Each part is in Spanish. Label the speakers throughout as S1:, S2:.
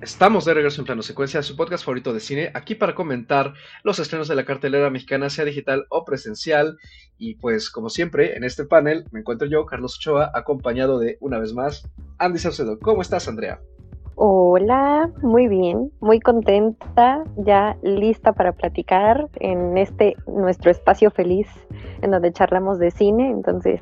S1: Estamos de regreso en Plano Secuencia, su podcast favorito de cine, aquí para comentar los estrenos de la cartelera mexicana, sea digital o presencial. Y pues, como siempre, en este panel me encuentro yo, Carlos Ochoa, acompañado de, una vez más, Andy Saucedo. ¿Cómo estás, Andrea?
S2: Hola, muy bien, muy contenta, ya lista para platicar en este nuestro espacio feliz en donde charlamos de cine, entonces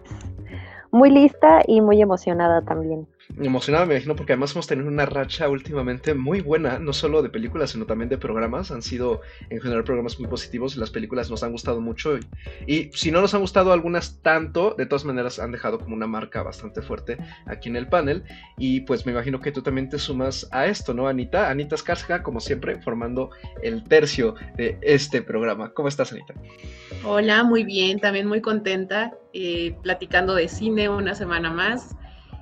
S2: muy lista y muy emocionada también.
S1: Emocionado, me imagino, porque además hemos tenido una racha últimamente muy buena, no solo de películas, sino también de programas. Han sido en general programas muy positivos y las películas nos han gustado mucho. Y si no nos han gustado algunas tanto, de todas maneras han dejado como una marca bastante fuerte aquí en el panel. Y pues me imagino que tú también te sumas a esto, ¿no, Anita? Anita Escarga, como siempre, formando el tercio de este programa. ¿Cómo estás, Anita?
S3: Hola, muy bien, también muy contenta, platicando de cine una semana más.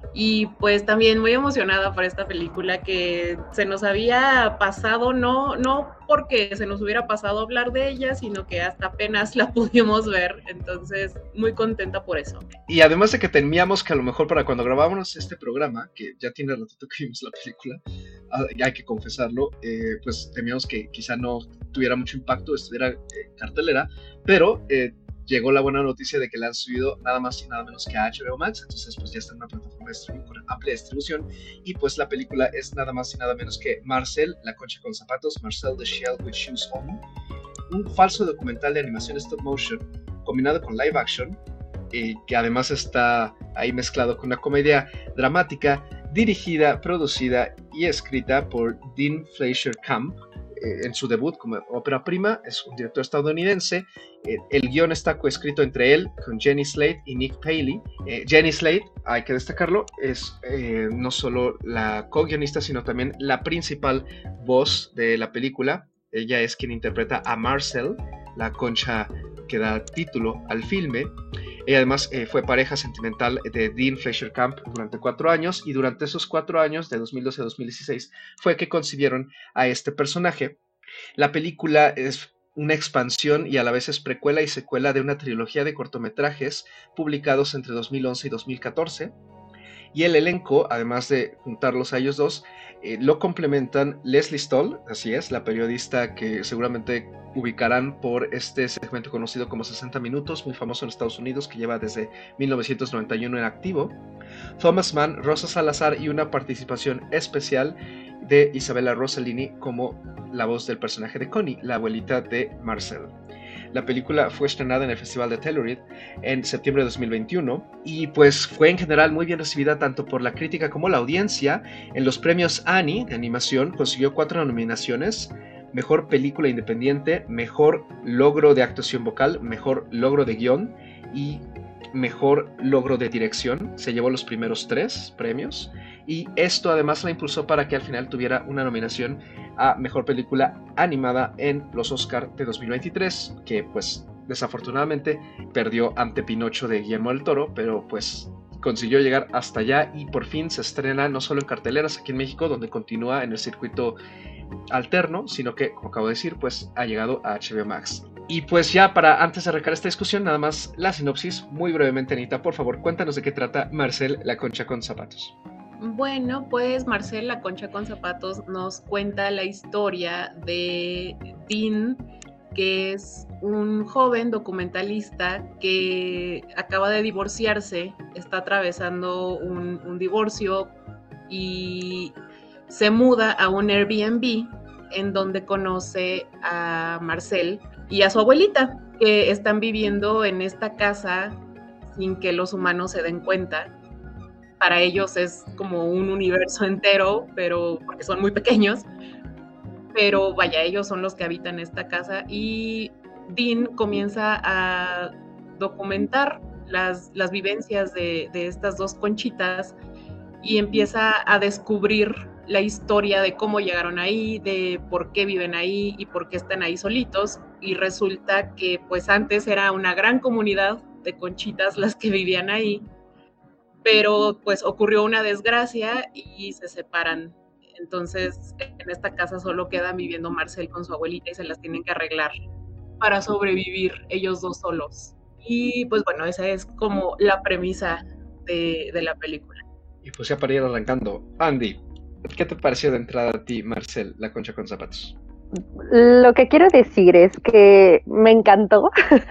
S3: Y pues también muy emocionada por esta película que se nos había pasado, no porque se nos hubiera pasado hablar de ella, sino que hasta apenas la pudimos ver, entonces muy contenta por eso.
S1: Y además de que temíamos que a lo mejor para cuando grabábamos este programa, que ya tiene ratito que vimos la película, hay que confesarlo, pues temíamos que quizá no tuviera mucho impacto, estuviera cartelera, pero llegó la buena noticia de que la han subido nada más y nada menos que a HBO Max, entonces pues ya está en una plataforma de streaming con amplia distribución, y pues la película es nada más y nada menos que Marcel, la concha con zapatos, Marcel the Shell with Shoes On, un falso documental de animación stop motion combinado con live action, que además está ahí mezclado con una comedia dramática dirigida, producida y escrita por Dean Fleischer Camp, en su debut como ópera prima. Es un director estadounidense. El guión está coescrito entre él con Jenny Slate y Nick Paley. Jenny Slate, hay que destacarlo, es no solo la co-guionista, sino también la principal voz de la película. Ella es quien interpreta a Marcel, la concha que da título al filme. Ella además fue pareja sentimental de Dean Fleischer Camp durante 4 años, y durante esos 4 años, de 2012 a 2016, fue que concibieron a este personaje. La película es una expansión y a la vez es precuela y secuela de una trilogía de cortometrajes publicados entre 2011 y 2014. Y el elenco, además de juntarlos a ellos dos, lo complementan Leslie Stoll, así es, la periodista que seguramente ubicarán por este segmento conocido como 60 Minutos, muy famoso en Estados Unidos, que lleva desde 1991 en activo. Thomas Mann, Rosa Salazar y una participación especial de Isabella Rossellini como la voz del personaje de Connie, la abuelita de Marcel. La película fue estrenada en el Festival de Telluride en septiembre de 2021 y pues fue en general muy bien recibida tanto por la crítica como la audiencia. En los premios Annie de animación consiguió 4 nominaciones: Mejor Película Independiente, Mejor Logro de Actuación Vocal, Mejor Logro de Guión y Mejor Logro de Dirección. Se llevó los primeros 3 premios, y esto además la impulsó para que al final tuviera una nominación a Mejor Película Animada en los Oscar de 2023, que pues desafortunadamente perdió ante Pinocho de Guillermo del Toro, pero pues consiguió llegar hasta allá y por fin se estrena no solo en carteleras aquí en México, donde continúa en el circuito alterno, sino que, como acabo de decir, pues ha llegado a HBO Max. Y pues ya para antes de arrancar esta discusión, nada más la sinopsis, muy brevemente, Anita, por favor, cuéntanos de qué trata Marcel, la concha con zapatos.
S3: Bueno, pues Marcel, la concha con zapatos, nos cuenta la historia de Dean, que es un joven documentalista que acaba de divorciarse, está atravesando un divorcio y se muda a un Airbnb en donde conoce a Marcel y a su abuelita, que están viviendo en esta casa sin que los humanos se den cuenta. Para ellos es como un universo entero, pero porque son muy pequeños, pero vaya, ellos son los que habitan esta casa, y Dean comienza a documentar las vivencias de estas dos conchitas y empieza a descubrir la historia de cómo llegaron ahí, de por qué viven ahí y por qué están ahí solitos, y resulta que pues antes era una gran comunidad de conchitas las que vivían ahí, pero pues ocurrió una desgracia y se separan. Entonces en esta casa solo quedan viviendo Marcel con su abuelita y se las tienen que arreglar para sobrevivir ellos dos solos. Y pues bueno, esa es como la premisa de la película.
S1: Y pues ya para ir arrancando, Andy, ¿Qué te pareció de entrada a ti, Marcel, La Concha con Zapatos?
S2: Lo que quiero decir es que me encantó.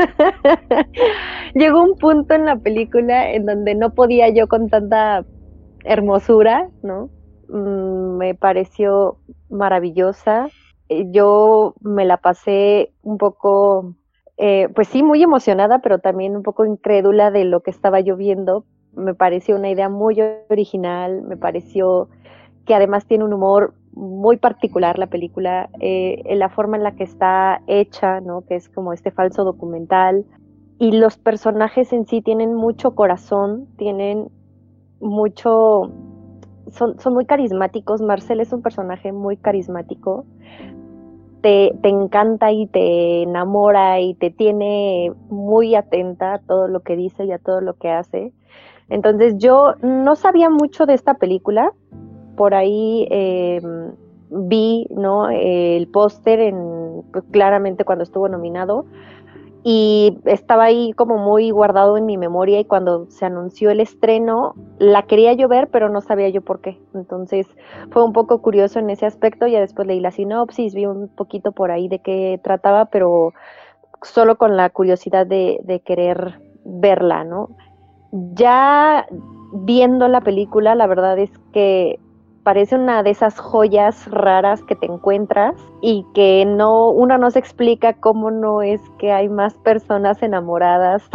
S2: Llegó un punto en la película en donde no podía yo con tanta hermosura, ¿no? Me pareció maravillosa. Yo me la pasé un poco, pues sí, muy emocionada, pero también un poco incrédula de lo que estaba yo viendo. Me pareció una idea muy original, me pareció que además tiene un humor muy particular la película, en la forma en la que está hecha, ¿no? Que es como este falso documental, y los personajes en sí tienen mucho corazón, tienen mucho, son muy carismáticos. Marcel es un personaje muy carismático, te encanta y te enamora y te tiene muy atenta a todo lo que dice y a todo lo que hace. Entonces yo no sabía mucho de esta película, por ahí vi, ¿no? El póster pues, claramente cuando estuvo nominado, y estaba ahí como muy guardado en mi memoria, y cuando se anunció el estreno la quería yo ver, pero no sabía yo por qué. Entonces fue un poco curioso en ese aspecto. Ya después leí la sinopsis, vi un poquito por ahí de qué trataba, pero solo con la curiosidad de querer verla, ¿no? Ya viendo la película, la verdad es que parece una de esas joyas raras que te encuentras y que uno no se explica cómo no es que hay más personas enamoradas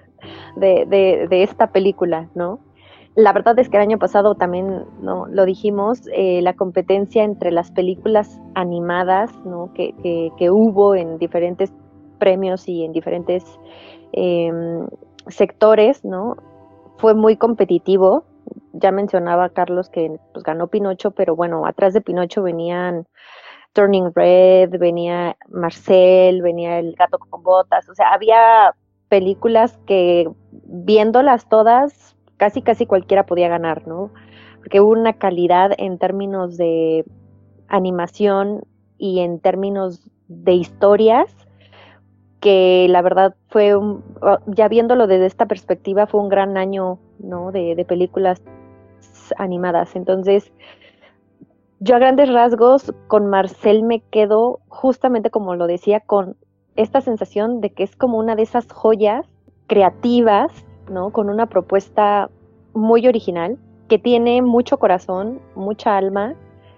S2: de esta película, ¿no? La verdad es que el año pasado también, ¿no? Lo dijimos, la competencia entre las películas animadas, ¿no? que hubo en diferentes premios y en diferentes eh, sectores, ¿no? Fue muy competitivo. Ya mencionaba Carlos que pues, ganó Pinocho, pero bueno, atrás de Pinocho venían Turning Red, venía Marcel, venía El Gato con Botas. O sea, había películas que viéndolas todas, casi casi cualquiera podía ganar, ¿no? Porque hubo una calidad en términos de animación y en términos de historias que la verdad ya viéndolo desde esta perspectiva, fue un gran año, ¿no? de películas animadas. Entonces, yo a grandes rasgos con Marcel me quedo justamente como lo decía, con esta sensación de que es como una de esas joyas creativas, ¿no? Con una propuesta muy original, que tiene mucho corazón, mucha alma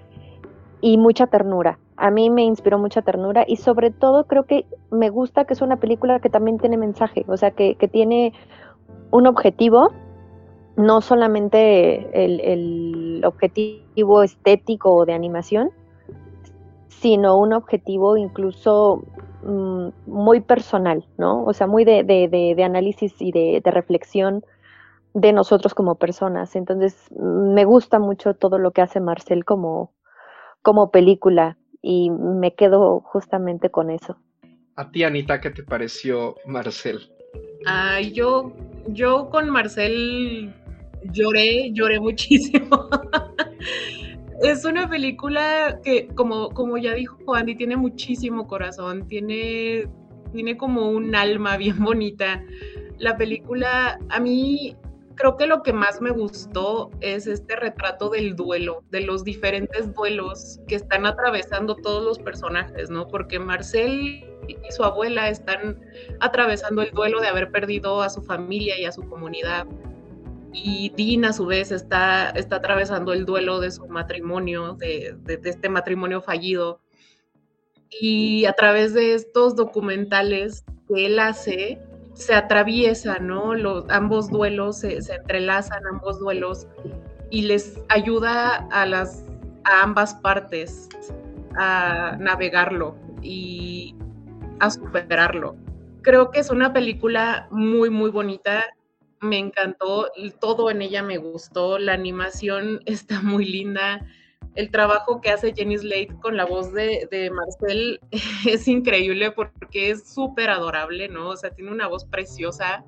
S2: y mucha ternura. A mí me inspiró mucha ternura, y sobre todo creo que me gusta que es una película que también tiene mensaje, o sea, que tiene un objetivo, no solamente el objetivo estético o de animación, sino un objetivo incluso muy personal, ¿no? O sea, muy de análisis y de reflexión de nosotros como personas. Entonces, me gusta mucho todo lo que hace Marcel como película, y me quedo justamente con eso.
S1: A ti, Anita, ¿qué te pareció Marcel?
S3: Ay, yo con Marcel lloré muchísimo. Es una película que, como ya dijo Andy, tiene muchísimo corazón, tiene como un alma bien bonita. La película, a mí creo que lo que más me gustó es este retrato del duelo, de los diferentes duelos que están atravesando todos los personajes, ¿no? Porque Marcel y su abuela están atravesando el duelo de haber perdido a su familia y a su comunidad. Y Dean a su vez está atravesando el duelo de su matrimonio, de este matrimonio fallido. Y a través de estos documentales que él hace, se atraviesan, ¿no? Ambos duelos se entrelazan, ambos duelos, y les ayuda a ambas partes a navegarlo y a superarlo. Creo que es una película muy, muy bonita. Me encantó, todo en ella me gustó, la animación está muy linda, el trabajo que hace Jenny Slate con la voz de Marcel es increíble porque es súper adorable, ¿no? O sea, tiene una voz preciosa,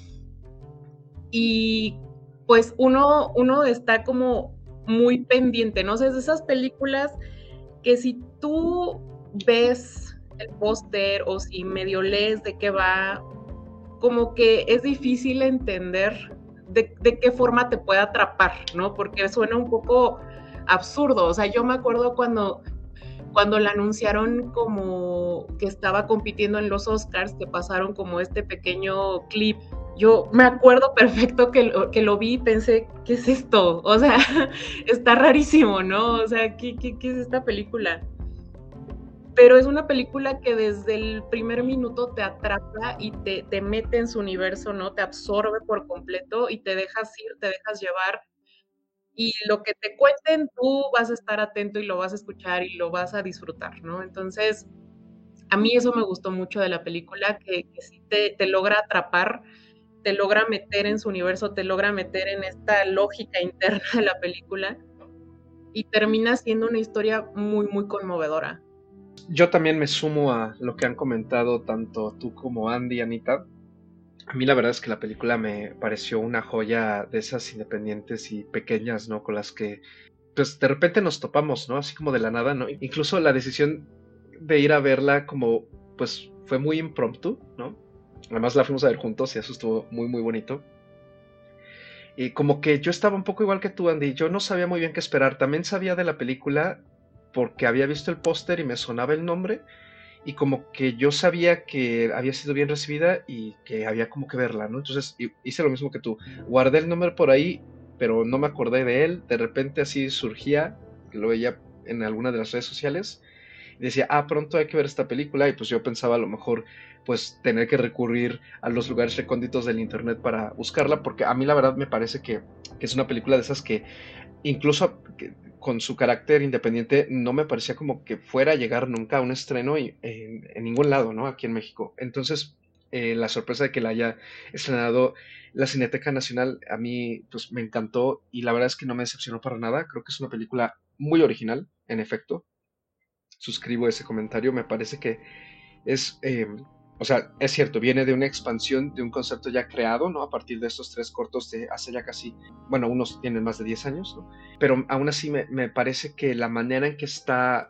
S3: y pues uno está como muy pendiente, ¿no? O sea, es de esas películas que si tú ves el póster o si medio lees de qué va, como que es difícil entender de qué forma te puede atrapar, ¿no? Porque suena un poco absurdo. O sea, yo me acuerdo cuando la anunciaron como que estaba compitiendo en los Oscars, que pasaron como este pequeño clip. Yo me acuerdo perfecto que lo vi y pensé, ¿qué es esto? O sea, está rarísimo, ¿no? O sea, ¿qué es esta película? Pero es una película que desde el primer minuto te atrapa y te mete en su universo, ¿no? Te absorbe por completo y te dejas ir, te dejas llevar. Y lo que te cuenten, tú vas a estar atento y lo vas a escuchar y lo vas a disfrutar, ¿no? Entonces, a mí eso me gustó mucho de la película, que sí te logra atrapar, te logra meter en su universo, te logra meter en esta lógica interna de la película y termina siendo una historia muy, muy conmovedora.
S1: Yo también me sumo a lo que han comentado tanto tú como Andy y Anita. A mí la verdad es que la película me pareció una joya de esas independientes y pequeñas, ¿no? Con las que pues de repente nos topamos, ¿no? Así como de la nada, ¿no? Incluso la decisión de ir a verla como pues fue muy impromptu, ¿no? Además la fuimos a ver juntos y eso estuvo muy muy bonito. Y como que yo estaba un poco igual que tú, Andy, yo no sabía muy bien qué esperar. También sabía de la película porque había visto el póster y me sonaba el nombre y como que yo sabía que había sido bien recibida y que había como que verla, ¿no? Entonces hice lo mismo que tú, guardé el nombre por ahí, pero no me acordé de él, de repente así surgía, que lo veía en alguna de las redes sociales, y decía, ah, pronto hay que ver esta película, y pues yo pensaba a lo mejor pues tener que recurrir a los lugares recónditos del internet para buscarla, porque a mí la verdad me parece que es una película de esas que incluso con su carácter independiente no me parecía como que fuera a llegar nunca a un estreno en ningún lado, ¿no? Aquí en México. Entonces, la sorpresa de que la haya estrenado la Cineteca Nacional a mí pues me encantó y la verdad es que no me decepcionó para nada. Creo que es una película muy original, en efecto. Suscribo ese comentario. Me parece que es, o sea, es cierto, viene de una expansión de un concepto ya creado, ¿no? A partir de estos tres cortos de hace ya casi, bueno, unos tienen más de 10 años, ¿no? Pero aún así me parece que la manera en que está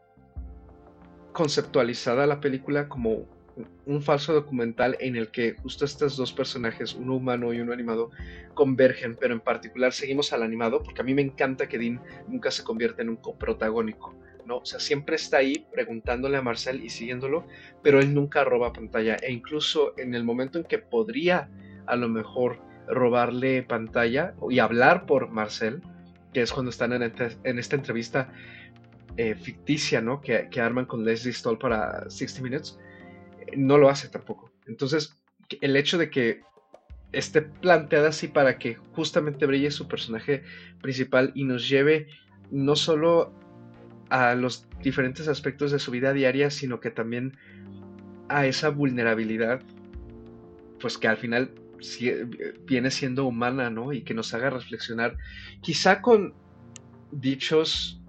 S1: conceptualizada la película como un falso documental en el que justo estos dos personajes, uno humano y uno animado, convergen, pero en particular seguimos al animado, porque a mí me encanta que Dean nunca se convierta en un coprotagónico, ¿no? O sea, siempre está ahí preguntándole a Marcel y siguiéndolo, pero él nunca roba pantalla, e incluso en el momento en que podría a lo mejor robarle pantalla y hablar por Marcel, que es cuando están en esta entrevista ficticia, ¿no? Que arman con Leslie Stoll para 60 Minutes, no lo hace tampoco. Entonces, el hecho de que esté planteada así para que justamente brille su personaje principal y nos lleve no solo a los diferentes aspectos de su vida diaria, sino que también a esa vulnerabilidad, pues que al final viene siendo humana, ¿no? Y que nos haga reflexionar, quizá con dichos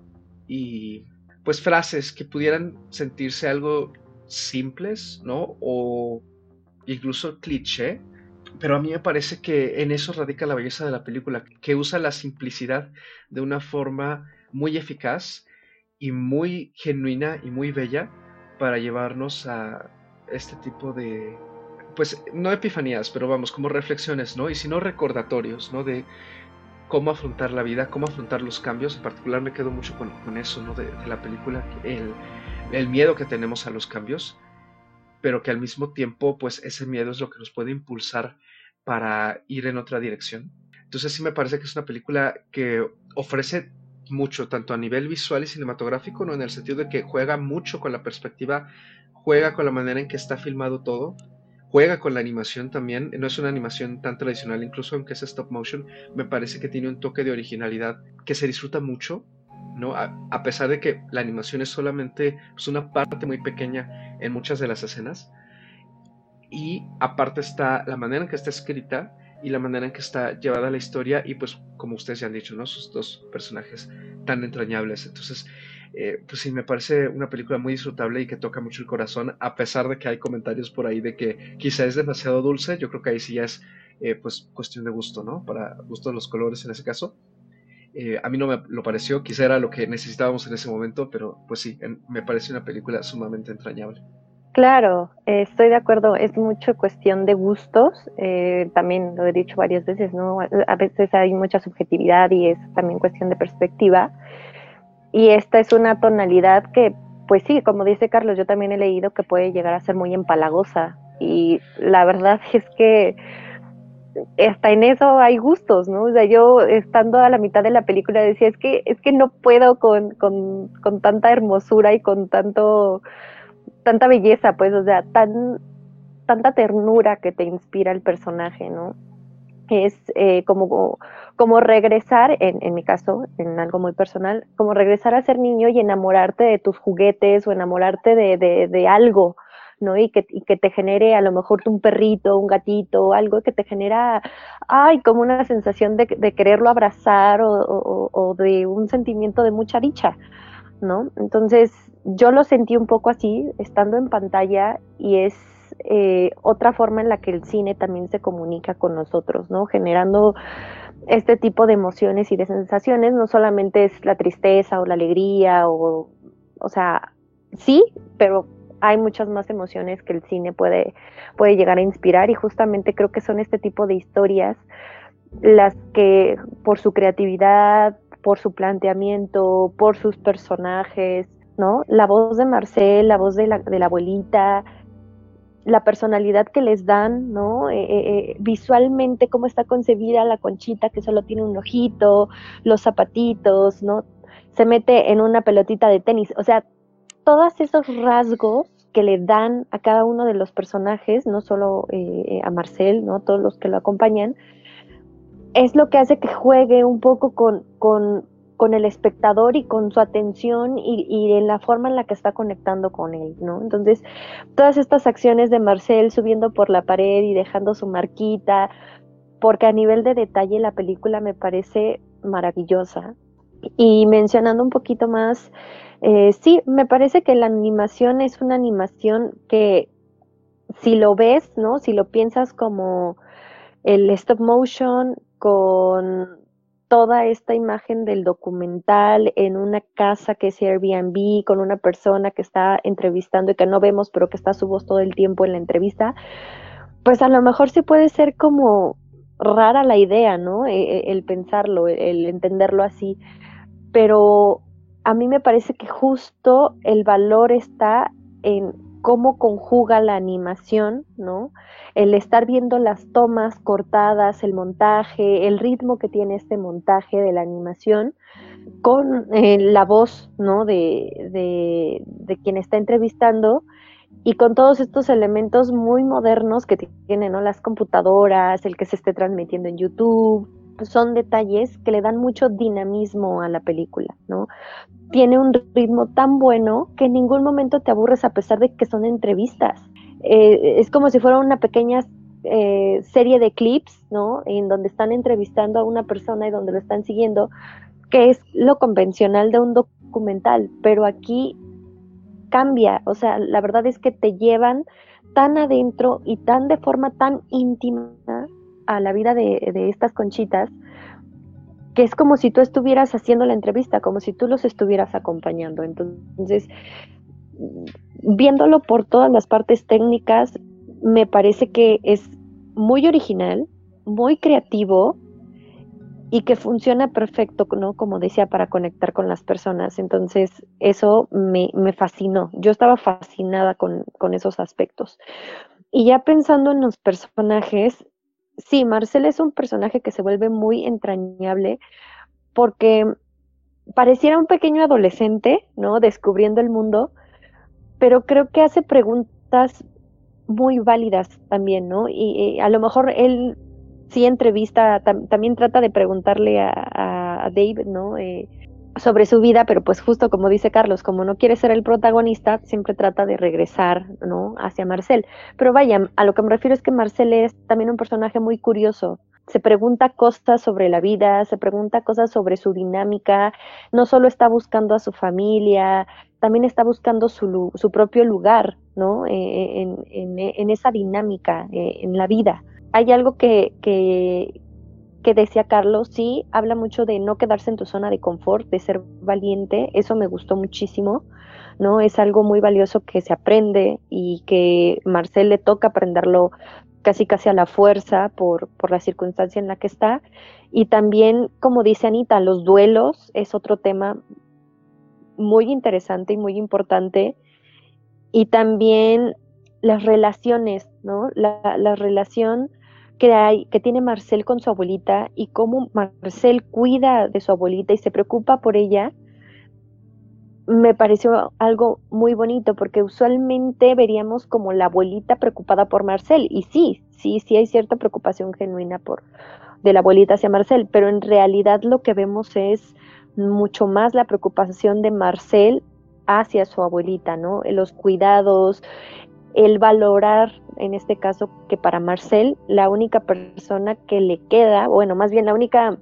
S1: y pues frases que pudieran sentirse algo simples, ¿no? O incluso cliché, pero a mí me parece que en eso radica la belleza de la película, que usa la simplicidad de una forma muy eficaz y muy genuina y muy bella para llevarnos a este tipo de, pues no epifanías, pero vamos, como reflexiones, ¿no? Y si no recordatorios, ¿no? De cómo afrontar la vida, cómo afrontar los cambios. En particular me quedo mucho con eso, ¿no? De la película, el miedo que tenemos a los cambios, pero que al mismo tiempo, pues ese miedo es lo que nos puede impulsar para ir en otra dirección. Entonces sí me parece que es una película que ofrece mucho, tanto a nivel visual y cinematográfico, ¿no? En el sentido de que juega mucho con la perspectiva, juega con la manera en que está filmado todo, juega con la animación también, no es una animación tan tradicional, incluso aunque es stop motion, me parece que tiene un toque de originalidad que se disfruta mucho, ¿no? A pesar de que la animación es solamente pues, una parte muy pequeña en muchas de las escenas, y aparte está la manera en que está escrita y la manera en que está llevada la historia y pues como ustedes ya han dicho, ¿no? Sus dos personajes tan entrañables. Entonces, pues sí, me parece una película muy disfrutable y que toca mucho el corazón, a pesar de que hay comentarios por ahí de que quizá es demasiado dulce. Yo creo que ahí sí ya es pues cuestión de gusto, ¿no? Para gusto de los colores en ese caso. A mí no me lo pareció, quizá era lo que necesitábamos en ese momento, pero pues sí, me parece una película sumamente entrañable.
S2: Claro, estoy de acuerdo, es mucho cuestión de gustos, también lo he dicho varias veces, ¿no? A veces hay mucha subjetividad y es también cuestión de perspectiva, y esta es una tonalidad que, pues sí, como dice Carlos, yo también he leído que puede llegar a ser muy empalagosa, y la verdad es que hasta en eso hay gustos, ¿no? O sea, yo estando a la mitad de la película decía, es que no puedo con tanta hermosura y con tanta belleza, pues, o sea, tanta ternura que te inspira el personaje, ¿no? Es como regresar, en mi caso, en algo muy personal, como regresar a ser niño y enamorarte de tus juguetes o enamorarte de algo, ¿no? Y que te genere a lo mejor un perrito, un gatito, algo que te genera, ay, como una sensación de quererlo abrazar o de un sentimiento de mucha dicha, ¿no? Entonces, yo lo sentí un poco así, estando en pantalla, y es otra forma en la que el cine también se comunica con nosotros, ¿no? Generando este tipo de emociones y de sensaciones, no solamente es la tristeza o la alegría, o sea, sí, pero hay muchas más emociones que el cine puede llegar a inspirar, y justamente creo que son este tipo de historias las que por su creatividad, por su planteamiento, por sus personajes, ¿no? La voz de Marcel, la voz de la abuelita, la personalidad que les dan, ¿no? Visualmente cómo está concebida la conchita que solo tiene un ojito, los zapatitos, ¿no? Se mete en una pelotita de tenis, o sea, todos esos rasgos que le dan a cada uno de los personajes, no solo a Marcel, ¿no? Todos los que lo acompañan, es lo que hace que juegue un poco con el espectador y con su atención y en la forma en la que está conectando con él, ¿no? Entonces, todas estas acciones de Marcel subiendo por la pared y dejando su marquita, porque a nivel de detalle la película me parece maravillosa. Y mencionando un poquito más, sí, me parece que la animación es una animación que si lo ves, ¿no? Si lo piensas como el stop motion con toda esta imagen del documental en una casa que es Airbnb, con una persona que está entrevistando y que no vemos, pero que está su voz todo el tiempo en la entrevista, pues a lo mejor sí puede ser como rara la idea, ¿no? El pensarlo, el entenderlo así, pero a mí me parece que justo el valor está en cómo conjuga la animación, ¿no? El estar viendo las tomas cortadas, el montaje, el ritmo que tiene este montaje de la animación, con la voz, ¿no? De quien está entrevistando, y con todos estos elementos muy modernos que tienen, ¿no? Las computadoras, el que se esté transmitiendo en YouTube, son detalles que le dan mucho dinamismo a la película, ¿no? Tiene un ritmo tan bueno que en ningún momento te aburres a pesar de que son entrevistas. Es como si fuera una pequeña serie de clips, ¿no? En donde están entrevistando a una persona y donde lo están siguiendo, que es lo convencional de un documental, pero aquí cambia, o sea, la verdad es que te llevan tan adentro y tan de forma tan íntima a la vida de estas conchitas, que es como si tú estuvieras haciendo la entrevista, como si tú los estuvieras acompañando. Entonces, viéndolo por todas las partes técnicas, me parece que es muy original, muy creativo y que funciona perfecto, ¿no? Como decía, para conectar con las personas. Entonces, eso me fascinó. Yo estaba fascinada con esos aspectos. Y ya pensando en los personajes, sí, Marcel es un personaje que se vuelve muy entrañable porque pareciera un pequeño adolescente, ¿no? Descubriendo el mundo, pero creo que hace preguntas muy válidas también, ¿no? Y a lo mejor él sí entrevista, también trata de preguntarle a Dave, ¿no? Sobre su vida, pero pues justo como dice Carlos, como no quiere ser el protagonista, siempre trata de regresar, ¿no? Hacia Marcel. Pero vaya, a lo que me refiero es que Marcel es también un personaje muy curioso. Se pregunta cosas sobre la vida, se pregunta cosas sobre su dinámica, no solo está buscando a su familia, también está buscando su propio lugar, ¿no? En esa dinámica, en la vida. Hay algo que decía Carlos, sí, habla mucho de no quedarse en tu zona de confort, de ser valiente, eso me gustó muchísimo, ¿no? Es algo muy valioso que se aprende y que Marcel le toca aprenderlo casi casi a la fuerza por la circunstancia en la que está. Y también, como dice Anita, los duelos es otro tema muy interesante y muy importante. Y también las relaciones, ¿no? La relación que tiene Marcel con su abuelita y cómo Marcel cuida de su abuelita y se preocupa por ella, me pareció algo muy bonito porque usualmente veríamos como la abuelita preocupada por Marcel y sí hay cierta preocupación genuina de la abuelita hacia Marcel, pero en realidad lo que vemos es mucho más la preocupación de Marcel hacia su abuelita, ¿no? Los cuidados, el valorar, en este caso, que para Marcel la única persona que le queda, bueno, más bien la única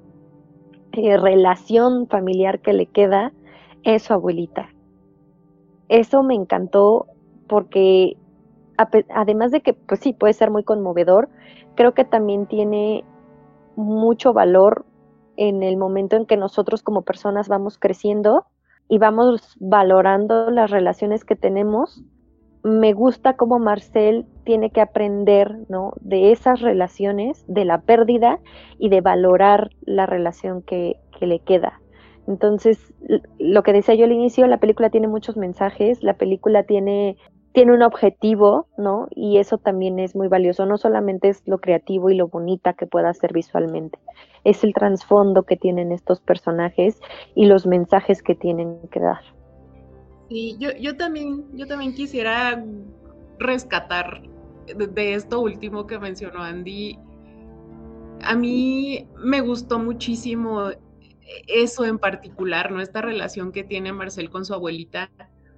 S2: relación familiar que le queda es su abuelita. Eso me encantó porque además de que, pues sí, puede ser muy conmovedor, creo que también tiene mucho valor en el momento en que nosotros como personas vamos creciendo y vamos valorando las relaciones que tenemos. Me gusta cómo Marcel tiene que aprender, ¿no? De esas relaciones, de la pérdida y de valorar la relación que le queda. Entonces, lo que decía yo al inicio, la película tiene muchos mensajes, la película tiene un objetivo, ¿no? Y eso también es muy valioso. No solamente es lo creativo y lo bonita que pueda ser visualmente, es el trasfondo que tienen estos personajes y los mensajes que tienen que dar.
S3: Y yo también quisiera rescatar de esto último que mencionó Andy. A mí me gustó muchísimo eso en particular, ¿no? Esta relación que tiene Marcel con su abuelita,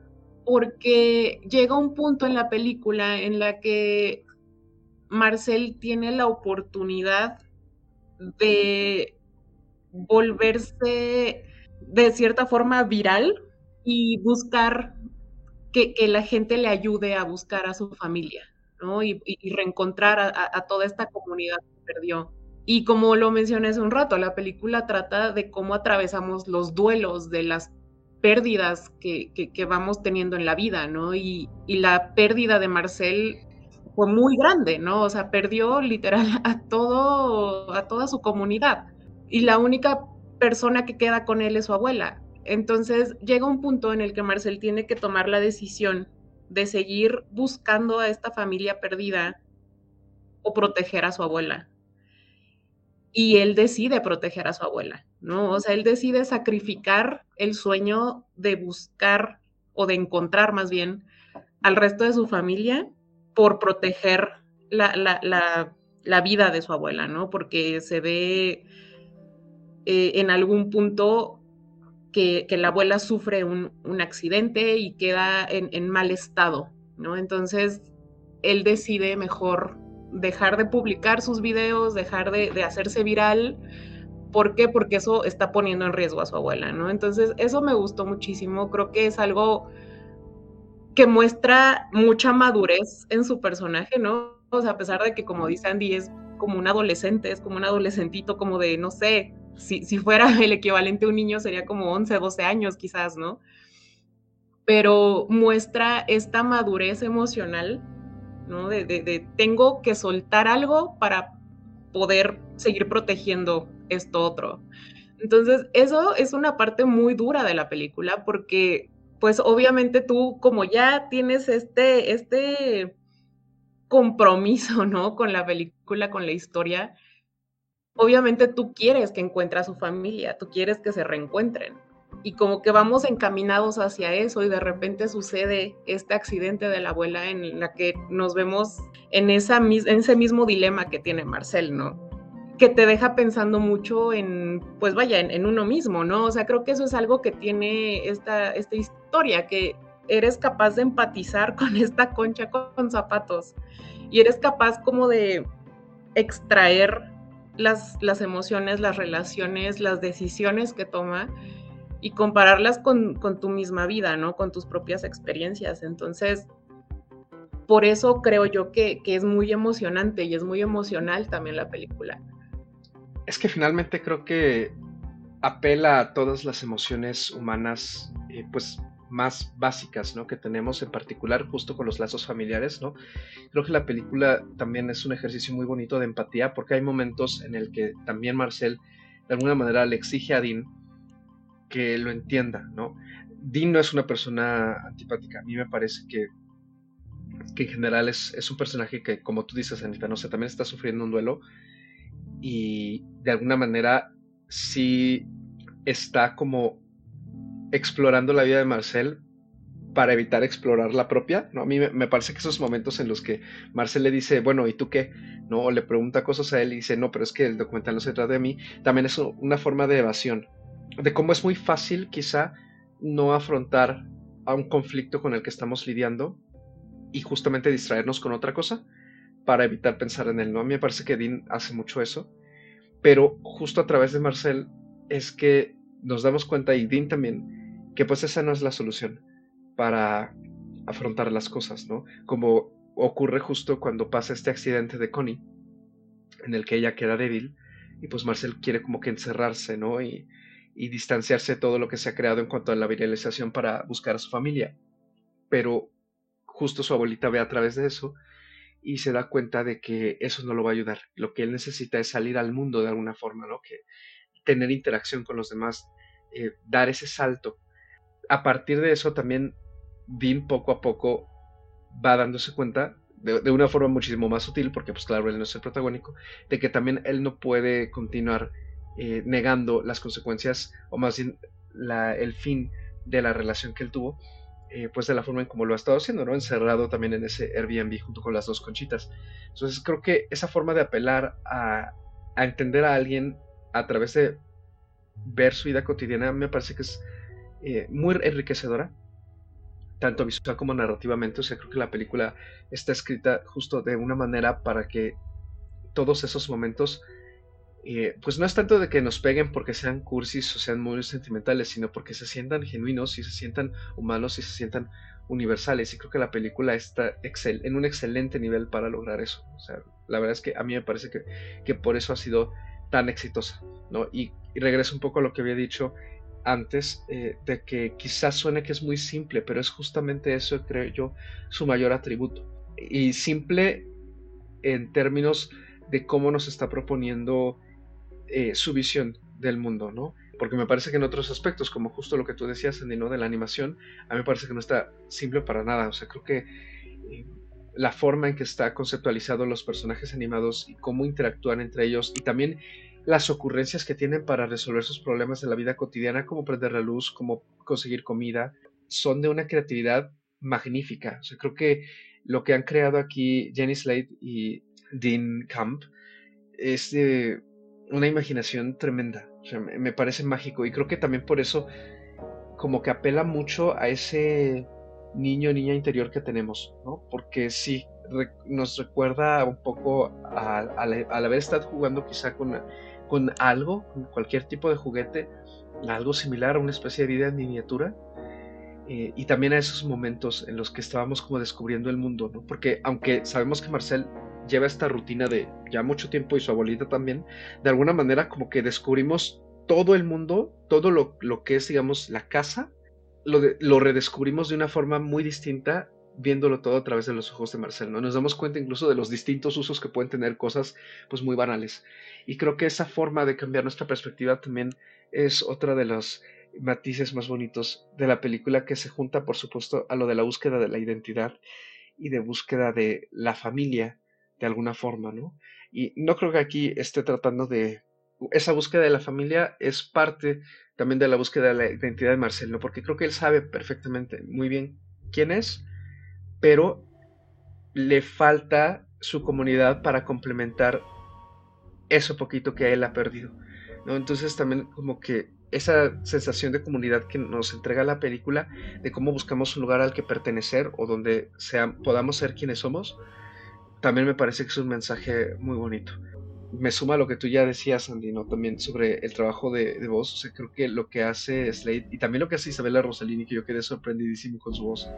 S3: porque llega un punto en la película en la que Marcel tiene la oportunidad de volverse de cierta forma viral y buscar que la gente le ayude a buscar a su familia, ¿no? Y reencontrar a toda esta comunidad que perdió. Y como lo mencioné hace un rato, la película trata de cómo atravesamos los duelos de las pérdidas que vamos teniendo en la vida, ¿no? Y la pérdida de Marcel fue muy grande, ¿no? O sea, perdió literal a toda su comunidad. Y la única persona que queda con él es su abuela. Entonces llega un punto en el que Marcel tiene que tomar la decisión de seguir buscando a esta familia perdida o proteger a su abuela. Y él decide proteger a su abuela, ¿no? O sea, él decide sacrificar el sueño de buscar o de encontrar más bien al resto de su familia por proteger la vida de su abuela, ¿no? Porque se ve en algún punto que la abuela sufre un accidente y queda en mal estado, ¿no? Entonces, él decide mejor dejar de publicar sus videos, dejar de hacerse viral. ¿Por qué? Porque eso está poniendo en riesgo a su abuela, ¿no? Entonces, eso me gustó muchísimo. Creo que es algo que muestra mucha madurez en su personaje, ¿no? O sea, a pesar de que, como dice Andy, es como un adolescente, es como un adolescentito como de, no sé, si fuera el equivalente a un niño sería como 11, 12 años quizás, ¿no? Pero muestra esta madurez emocional, ¿no? De tengo que soltar algo para poder seguir protegiendo esto otro. Entonces, eso es una parte muy dura de la película porque, pues, obviamente tú como ya tienes este compromiso, ¿no? Con la película, con la historia, obviamente tú quieres que encuentre a su familia, tú quieres que se reencuentren. Y como que vamos encaminados hacia eso y de repente sucede este accidente de la abuela en la que nos vemos en ese mismo dilema que tiene Marcel, ¿no? Que te deja pensando mucho en, pues vaya, en uno mismo, ¿no? O sea, creo que eso es algo que tiene esta historia, que eres capaz de empatizar con esta concha con zapatos y eres capaz como de extraer las emociones, las relaciones, las decisiones que toma y compararlas con tu misma vida, ¿no? Con tus propias experiencias. Entonces, por eso creo yo que es muy emocionante y es muy emocional también la película.
S1: Es que finalmente creo que apela a todas las emociones humanas, pues más básicas, ¿no? Que tenemos en particular justo con los lazos familiares, ¿no? Creo que la película también es un ejercicio muy bonito de empatía porque hay momentos en el que también Marcel de alguna manera le exige a Dean que lo entienda, ¿no? Dean no es una persona antipática, a mí me parece que en general es un personaje que, como tú dices, Anita, no sé, también está sufriendo un duelo y de alguna manera sí está como explorando la vida de Marcel para evitar explorar la propia, ¿no? A mí me parece que esos momentos en los que Marcel le dice, bueno, ¿y tú qué? ¿No? O le pregunta cosas a él y dice, no, pero es que el documental no se trata de mí, también es una forma de evasión, de cómo es muy fácil quizá no afrontar a un conflicto con el que estamos lidiando y justamente distraernos con otra cosa para evitar pensar en él, ¿no? A mí me parece que Dean hace mucho eso, pero justo a través de Marcel es que nos damos cuenta, y Dean también, que pues esa no es la solución para afrontar las cosas, ¿no? Como ocurre justo cuando pasa este accidente de Connie, en el que ella queda débil, y pues Marcel quiere como que encerrarse, ¿no? Y distanciarse de todo lo que se ha creado en cuanto a la viralización para buscar a su familia. Pero justo su abuelita ve a través de eso y se da cuenta de que eso no lo va a ayudar. Lo que él necesita es salir al mundo de alguna forma, ¿no? Que tener interacción con los demás, dar ese salto. A partir de eso también Dean poco a poco va dándose cuenta de una forma muchísimo más sutil, porque pues claro, él no es el protagónico, de que también él no puede continuar negando las consecuencias, o más bien el fin de la relación que él tuvo, pues de la forma en como lo ha estado haciendo, ¿no? Encerrado también en ese Airbnb junto con las dos conchitas. Entonces creo que esa forma de apelar a entender a alguien a través de ver su vida cotidiana me parece que es muy enriquecedora, tanto visual como narrativamente. O sea, creo que la película está escrita justo de una manera para que todos esos momentos, pues no es tanto de que nos peguen porque sean cursis o sean muy sentimentales, sino porque se sientan genuinos y se sientan humanos y se sientan universales. Y creo que la película está en un excelente nivel para lograr eso. O sea, la verdad es que a mí me parece que por eso ha sido tan exitosa, ¿no? Y regreso un poco a lo que había dicho antes, de que quizás suene que es muy simple, pero es justamente eso, creo yo, su mayor atributo. Y simple en términos de cómo nos está proponiendo su visión del mundo, ¿no? Porque me parece que en otros aspectos, como justo lo que tú decías, Andy, ¿no? De la animación, a mí me parece que no está simple para nada. O sea, creo que la forma en que está conceptualizado los personajes animados y cómo interactúan entre ellos, y también las ocurrencias que tienen para resolver sus problemas de la vida cotidiana, como prender la luz, como conseguir comida, son de una creatividad magnífica. O sea, creo que lo que han creado aquí Jenny Slate y Dean Camp es de una imaginación tremenda. O sea, me parece mágico, y creo que también por eso como que apela mucho a ese niño o niña interior que tenemos, ¿no? Porque sí, nos recuerda un poco al haber estado jugando quizá con algo, con cualquier tipo de juguete, algo similar a una especie de vida en miniatura, y también a esos momentos en los que estábamos como descubriendo el mundo, ¿no? Porque aunque sabemos que Marcel lleva esta rutina de ya mucho tiempo, y su abuelita también, de alguna manera como que descubrimos todo el mundo, todo lo que es, digamos, la casa, lo redescubrimos de una forma muy distinta, viéndolo todo a través de los ojos de Marcel, ¿no? Nos damos cuenta incluso de los distintos usos que pueden tener cosas, pues muy banales. Y creo que esa forma de cambiar nuestra perspectiva también es otra de los matices más bonitos de la película, que se junta, por supuesto, a lo de la búsqueda de la identidad y de búsqueda de la familia, de alguna forma, ¿no? Y no creo que aquí esté tratando de... Esa búsqueda de la familia es parte también de la búsqueda de la identidad de Marcel, ¿no? Porque creo que él sabe perfectamente, muy bien quién es, pero le falta su comunidad para complementar eso poquito que él ha perdido, ¿no? Entonces también como que esa sensación de comunidad que nos entrega la película, de cómo buscamos un lugar al que pertenecer o donde podamos ser quienes somos, también me parece que es un mensaje muy bonito. Me suma a lo que tú ya decías, Andy, ¿no? También sobre el trabajo de voz. O sea, creo que lo que hace Slade y también lo que hace Isabella Rossellini, que yo quedé sorprendidísimo con su voz,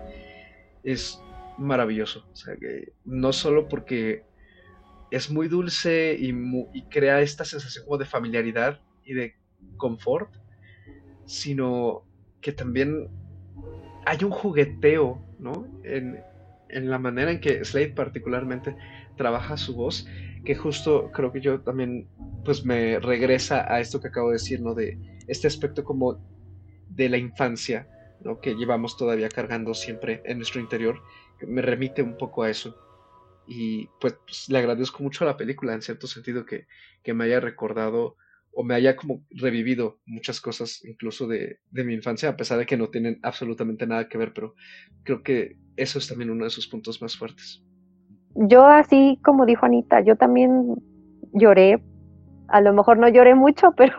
S1: es maravilloso. O sea, que no solo porque es muy dulce y crea esta sensación como de familiaridad y de confort, sino que también hay un jugueteo, ¿no? En la manera en que Slade particularmente trabaja su voz, que justo creo que yo también, pues me regresa a esto que acabo de decir, ¿no? De este aspecto como de la infancia, ¿no? Que llevamos todavía cargando siempre en nuestro interior, que me remite un poco a eso. Y pues, le agradezco mucho a la película, en cierto sentido, que me haya recordado o me haya como revivido muchas cosas, incluso de mi infancia, a pesar de que no tienen absolutamente nada que ver, pero creo que eso es también uno de sus puntos más fuertes.
S2: Yo así como dijo Anita, yo también lloré. A lo mejor no lloré mucho, pero,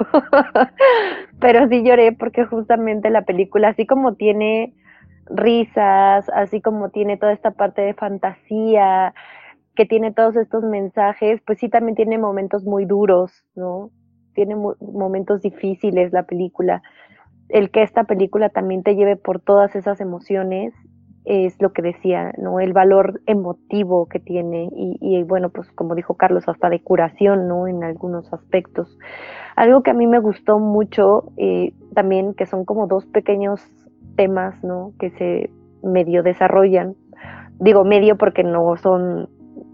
S2: pero sí lloré porque justamente la película, así como tiene risas, así como tiene toda esta parte de fantasía, que tiene todos estos mensajes, pues sí también tiene momentos muy duros, ¿no? Tiene momentos difíciles la película. El que esta película también te lleve por todas esas emociones es lo que decía, ¿no? El valor emotivo que tiene y bueno, pues como dijo Carlos, hasta de curación, ¿no? En algunos aspectos. Algo que a mí me gustó mucho también, que son como dos pequeños temas, ¿no? Que se medio desarrollan. Digo medio porque no son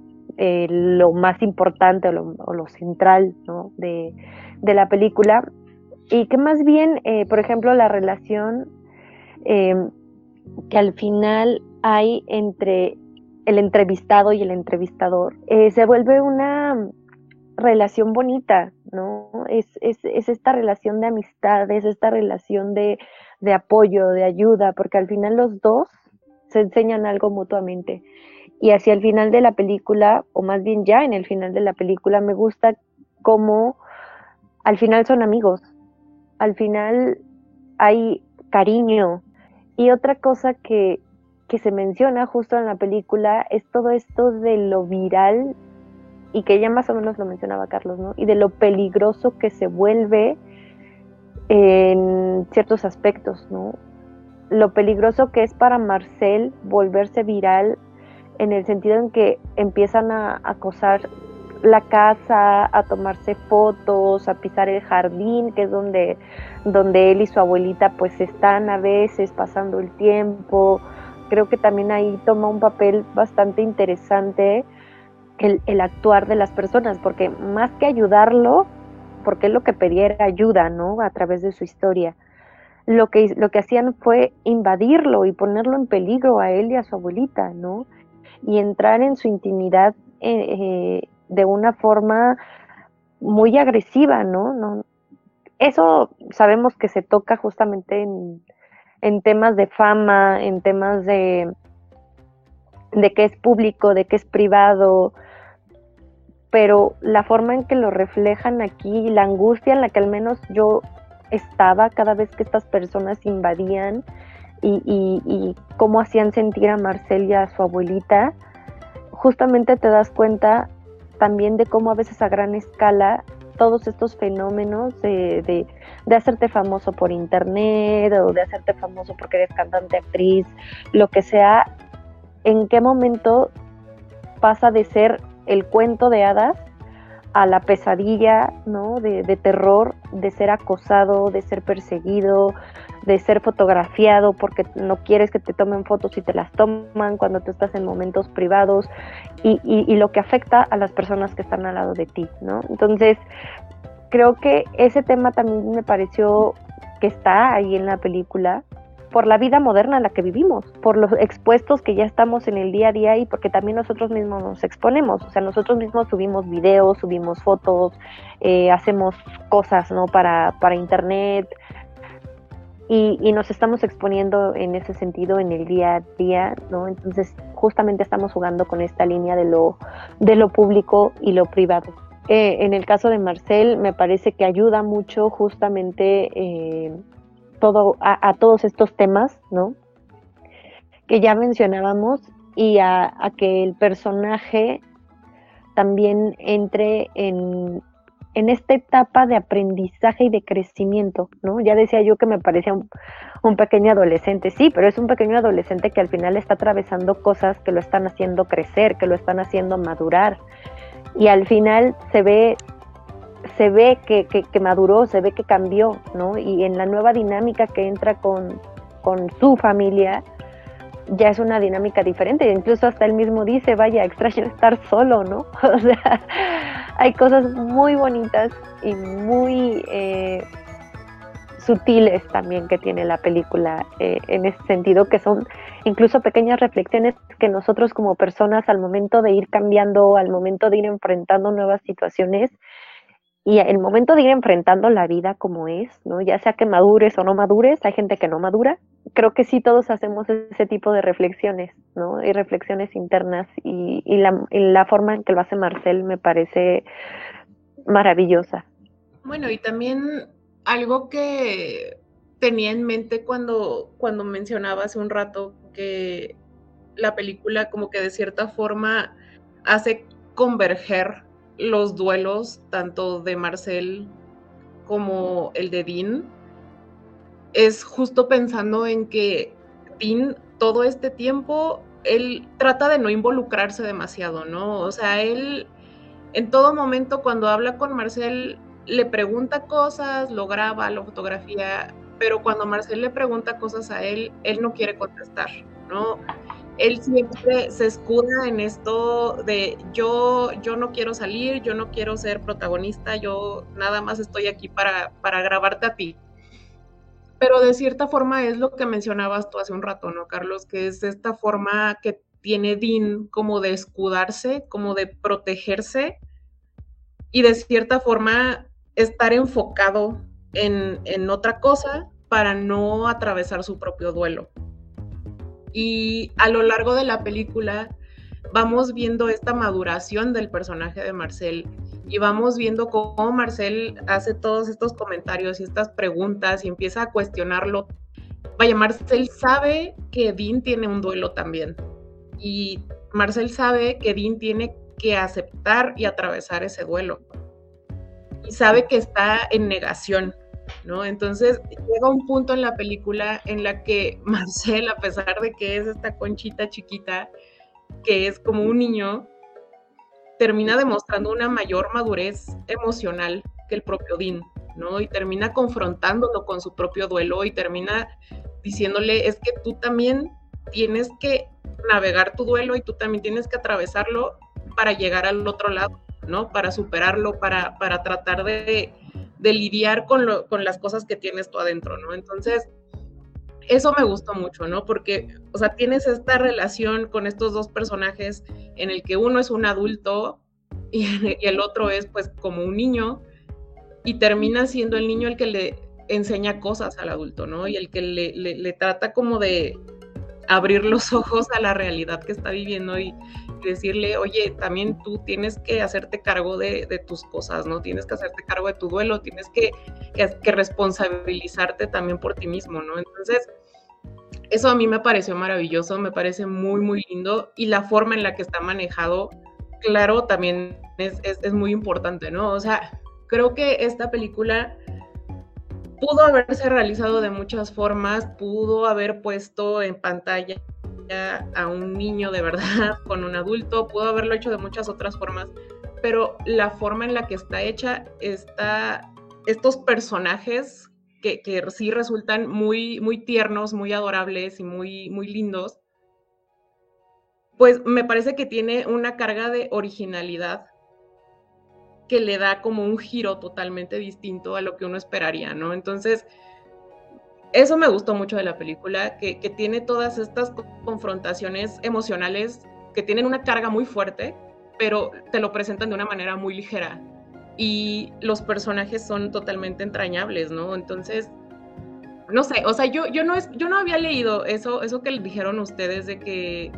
S2: lo más importante o lo central, ¿no? De la película. Y que más bien, por ejemplo, la relación eh, que al final hay entre el entrevistado y el entrevistador, se vuelve una relación bonita, ¿no? Es esta relación de amistad, es esta relación de apoyo, de ayuda, porque al final los dos se enseñan algo mutuamente. Y hacia el final de la película, o más bien ya en el final de la película, me gusta cómo al final son amigos, al final hay cariño. Y otra cosa que se menciona justo en la película es todo esto de lo viral y que ya más o menos lo mencionaba Carlos, ¿no? Y de lo peligroso que se vuelve en ciertos aspectos, ¿no? Lo peligroso que es para Marcel volverse viral en el sentido en que empiezan a acosar la casa, a tomarse fotos, a pisar el jardín, que es donde él y su abuelita pues están a veces pasando el tiempo. Creo que también ahí toma un papel bastante interesante el actuar de las personas, porque más que ayudarlo, porque él lo que pedía era ayuda, ¿no? A través de su historia. Lo que hacían fue invadirlo y ponerlo en peligro a él y a su abuelita, ¿no? Y entrar en su intimidad de una forma muy agresiva, ¿no? No, eso sabemos que se toca justamente en temas de fama, en temas de qué es público, de qué es privado, pero la forma en que lo reflejan aquí, la angustia en la que al menos yo estaba cada vez que estas personas invadían y cómo hacían sentir a Marcel y a su abuelita, justamente te das cuenta también de cómo a veces a gran escala todos estos fenómenos de hacerte famoso por internet o de hacerte famoso porque eres cantante, actriz, lo que sea, en qué momento pasa de ser el cuento de hadas a la pesadilla, ¿no? De terror, de ser acosado, de ser perseguido, de ser fotografiado porque no quieres que te tomen fotos y te las toman cuando tú estás en momentos privados y lo que afecta a las personas que están al lado de ti, ¿no? Entonces, creo que ese tema también me pareció que está ahí en la película por la vida moderna en la que vivimos, por los expuestos que ya estamos en el día a día y porque también nosotros mismos nos exponemos, o sea, nosotros mismos subimos videos, subimos fotos, hacemos cosas, ¿no? Para internet y nos estamos exponiendo en ese sentido en el día a día, ¿no? Entonces, justamente estamos jugando con esta línea de lo público y lo privado. En el caso de Marcel, me parece que ayuda mucho justamente a todos estos temas, ¿no? Que ya mencionábamos y a que el personaje también entre en esta etapa de aprendizaje y de crecimiento, ¿no? Ya decía yo que me parecía un pequeño adolescente, sí, pero es un pequeño adolescente que al final está atravesando cosas que lo están haciendo crecer, que lo están haciendo madurar. Y al final se ve que maduró, se ve que cambió, ¿no? Y en la nueva dinámica que entra con con su familia, ya es una dinámica diferente. Incluso hasta él mismo dice, vaya, extraño estar solo, ¿no? O sea, hay cosas muy bonitas y muy sutiles también que tiene la película en ese sentido, que son incluso pequeñas reflexiones que nosotros como personas, al momento de ir cambiando, al momento de ir enfrentando nuevas situaciones y el momento de ir enfrentando la vida como es, ¿no? Ya sea que madures o no madures, hay gente que no madura. Creo que sí, todos hacemos ese tipo de reflexiones, ¿no? Y reflexiones internas, y la forma en que lo hace Marcel me parece maravillosa.
S3: Bueno, y también algo que tenía en mente cuando mencionaba hace un rato que la película como que de cierta forma hace converger los duelos tanto de Marcel como el de Dean, es justo pensando en que Dean todo este tiempo, él trata de no involucrarse demasiado, ¿no? O sea, él en todo momento cuando habla con Marcel le pregunta cosas, lo graba, lo fotografía, pero cuando Marcel le pregunta cosas a él no quiere contestar, ¿no? Él siempre se escuda en esto de yo no quiero salir, yo no quiero ser protagonista, yo nada más estoy aquí para grabarte a ti. Pero de cierta forma es lo que mencionabas tú hace un rato, ¿no, Carlos? Que es esta forma que tiene Dean como de escudarse, como de protegerse y de cierta forma estar enfocado en otra cosa para no atravesar su propio duelo. Y a lo largo de la película vamos viendo esta maduración del personaje de Marcel y vamos viendo cómo Marcel hace todos estos comentarios y estas preguntas y empieza a cuestionarlo. Vaya, Marcel sabe que Dean tiene un duelo también y Marcel sabe que Dean tiene que aceptar y atravesar ese duelo y sabe que está en negación, ¿no? Entonces llega un punto en la película en la que Marcel, a pesar de que es esta conchita chiquita, que es como un niño, termina demostrando una mayor madurez emocional que el propio Dean, ¿no? Y termina confrontándolo con su propio duelo y termina diciéndole, es que tú también tienes que navegar tu duelo y tú también tienes que atravesarlo para llegar al otro lado, ¿no? Para superarlo, para tratar de lidiar con las cosas que tienes tú adentro, ¿no? Entonces, eso me gustó mucho, ¿no? Porque, o sea, tienes esta relación con estos dos personajes en el que uno es un adulto y el otro es pues como un niño y termina siendo el niño el que le enseña cosas al adulto, ¿no? Y el que le trata como de abrir los ojos a la realidad que está viviendo y decirle, oye, también tú tienes que hacerte cargo de tus cosas, ¿no? Tienes que hacerte cargo de tu duelo, tienes que responsabilizarte también por ti mismo, ¿no? Entonces, eso a mí me pareció maravilloso, me parece muy, muy lindo y la forma en la que está manejado, claro, también es muy importante, ¿no? O sea, creo que esta película pudo haberse realizado de muchas formas, pudo haber puesto en pantalla a un niño de verdad con un adulto, pudo haberlo hecho de muchas otras formas, pero la forma en la que está hecha, estos personajes que sí resultan muy, muy tiernos, muy adorables y muy, muy lindos, pues me parece que tiene una carga de originalidad que le da como un giro totalmente distinto a lo que uno esperaría, ¿no? Entonces, eso me gustó mucho de la película, que tiene todas estas confrontaciones emocionales que tienen una carga muy fuerte, pero te lo presentan de una manera muy ligera. Y los personajes son totalmente entrañables, ¿no? Entonces, no sé, o sea, yo no había leído eso que le dijeron ustedes de que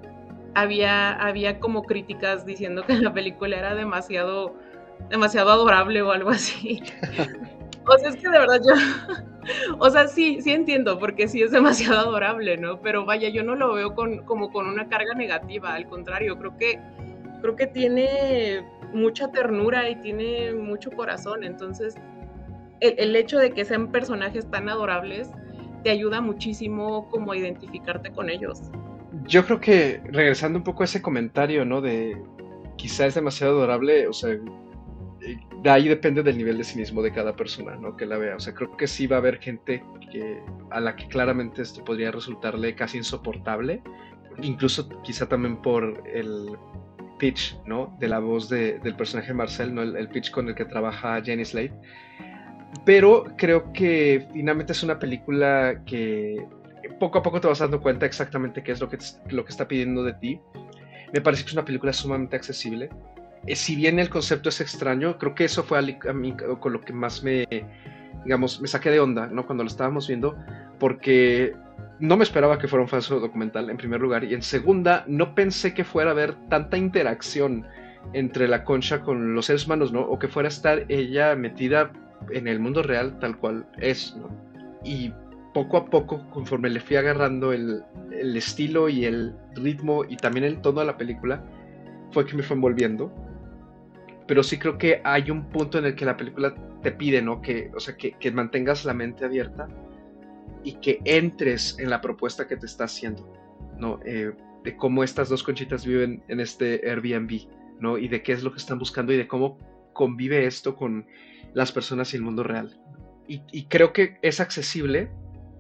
S3: había como críticas diciendo que la película era demasiado adorable o algo así. O sea, es que de verdad o sea, sí entiendo, porque sí es demasiado adorable, ¿no? Pero vaya, yo no lo veo como con una carga negativa, al contrario, creo que tiene mucha ternura y tiene mucho corazón, entonces el hecho de que sean personajes tan adorables te ayuda muchísimo como a identificarte con ellos.
S1: Yo creo que regresando un poco a ese comentario, ¿no? De quizá es demasiado adorable, o sea, de ahí depende del nivel de cinismo de cada persona, ¿no? Que la vea. O sea, creo que sí va a haber gente a la que claramente esto podría resultarle casi insoportable, incluso quizá también por el pitch, ¿no? De la voz del personaje Marcel, ¿no? El pitch con el que trabaja Jenny Slate. Pero creo que finalmente es una película que poco a poco te vas dando cuenta exactamente qué es lo que está pidiendo de ti. Me parece que es una película sumamente accesible. Si bien el concepto es extraño, creo que eso fue a mí con lo que más me saqué de onda, ¿no? Cuando lo estábamos viendo, porque no me esperaba que fuera un falso documental, en primer lugar, y en segunda, no pensé que fuera a haber tanta interacción entre la Concha con los seres humanos, ¿no? O que fuera a estar ella metida en el mundo real tal cual es, ¿no? Y poco a poco, conforme le fui agarrando el estilo y el ritmo y también el tono de la película, fue que me fue envolviendo. Pero sí creo que hay un punto en el que la película te pide, ¿no? Que mantengas la mente abierta y que entres en la propuesta que te está haciendo, ¿no? De cómo estas dos conchitas viven en este Airbnb, ¿no? Y de qué es lo que están buscando y de cómo convive esto con las personas y el mundo real. Y creo que es accesible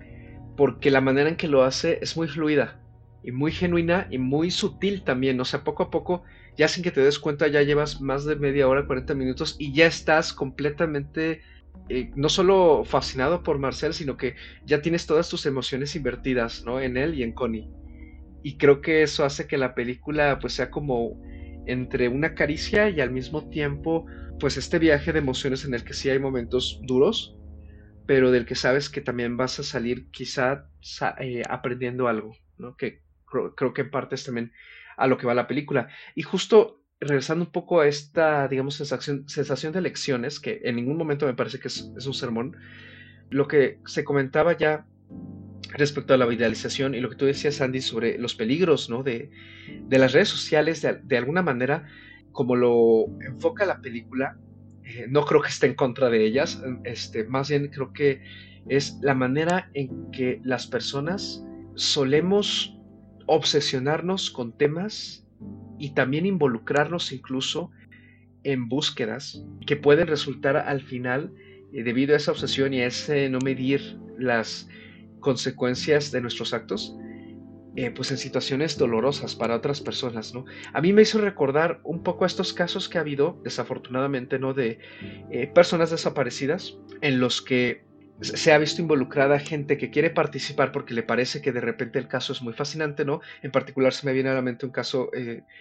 S1: porque la manera en que lo hace es muy fluida y muy genuina y muy sutil también. O sea, poco a poco, ya sin que te des cuenta, ya llevas más de media hora, 40 minutos y ya estás completamente, no solo fascinado por Marcel, sino que ya tienes todas tus emociones invertidas, ¿no? En él y en Connie. Y creo que eso hace que la película pues sea como entre una caricia y al mismo tiempo pues este viaje de emociones en el que sí hay momentos duros, pero del que sabes que también vas a salir quizá aprendiendo algo, ¿no? Que creo que en parte es también a lo que va la película. Y justo regresando un poco a esta, digamos, sensación de lecciones, que en ningún momento me parece que es un sermón, lo que se comentaba ya respecto a la idealización y lo que tú decías, Andy, sobre los peligros, ¿no? de las redes sociales, de alguna manera, como lo enfoca la película, no creo que esté en contra de ellas, más bien creo que es la manera en que las personas solemos obsesionarnos con temas y también involucrarnos incluso en búsquedas que pueden resultar al final, debido a esa obsesión y a ese no medir las consecuencias de nuestros actos, pues en situaciones dolorosas para otras personas, ¿no? A mí me hizo recordar un poco a estos casos que ha habido, desafortunadamente, ¿no? De personas desaparecidas en los que se ha visto involucrada gente que quiere participar porque le parece que de repente el caso es muy fascinante, ¿no? En particular se me viene a la mente un caso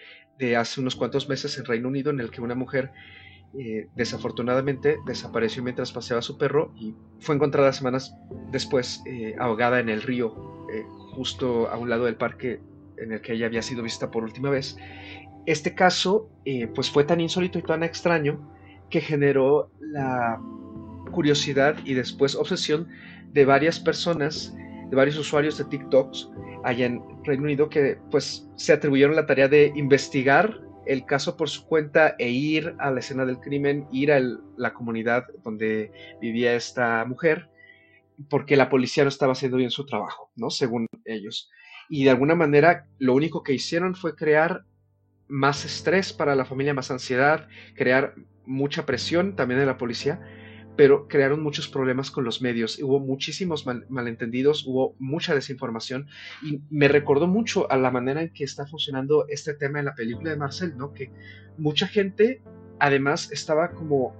S1: de hace unos cuantos meses en Reino Unido en el que una mujer desafortunadamente desapareció mientras paseaba a su perro y fue encontrada semanas después ahogada en el río, justo a un lado del parque en el que ella había sido vista por última vez. Este caso pues fue tan insólito y tan extraño que generó la curiosidad y después obsesión de varias personas, de varios usuarios de TikToks allá en Reino Unido que pues se atribuyeron la tarea de investigar el caso por su cuenta e ir a la escena del crimen, ir a la comunidad donde vivía esta mujer, porque la policía no estaba haciendo bien su trabajo, ¿no? Según ellos. Y de alguna manera lo único que hicieron fue crear más estrés para la familia, más ansiedad, crear mucha presión también de la policía, pero crearon muchos problemas con los medios, hubo muchísimos malentendidos, hubo mucha desinformación y me recordó mucho a la manera en que está funcionando este tema en la película de Marcel, ¿no? Que mucha gente además estaba como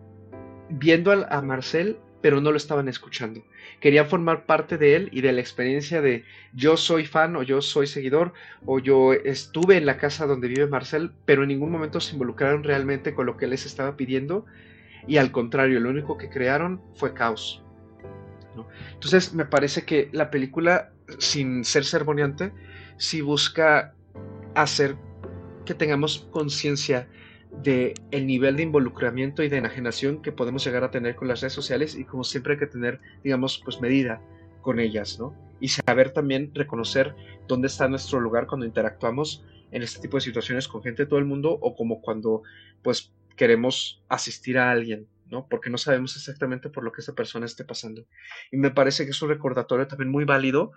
S1: viendo a Marcel, pero no lo estaban escuchando. Querían formar parte de él y de la experiencia de yo soy fan o yo soy seguidor o yo estuve en la casa donde vive Marcel, pero en ningún momento se involucraron realmente con lo que él les estaba pidiendo. Y al contrario, lo único que crearon fue caos, ¿no? Entonces me parece que la película, sin ser sermoneante, sí busca hacer que tengamos conciencia de el nivel de involucramiento y de enajenación que podemos llegar a tener con las redes sociales y como siempre hay que tener, digamos, pues medida con ellas, ¿no? Y saber también reconocer dónde está nuestro lugar cuando interactuamos en este tipo de situaciones con gente de todo el mundo o como cuando, pues, queremos asistir a alguien, ¿no? Porque no sabemos exactamente por lo que esa persona esté pasando. Y me parece que es un recordatorio también muy válido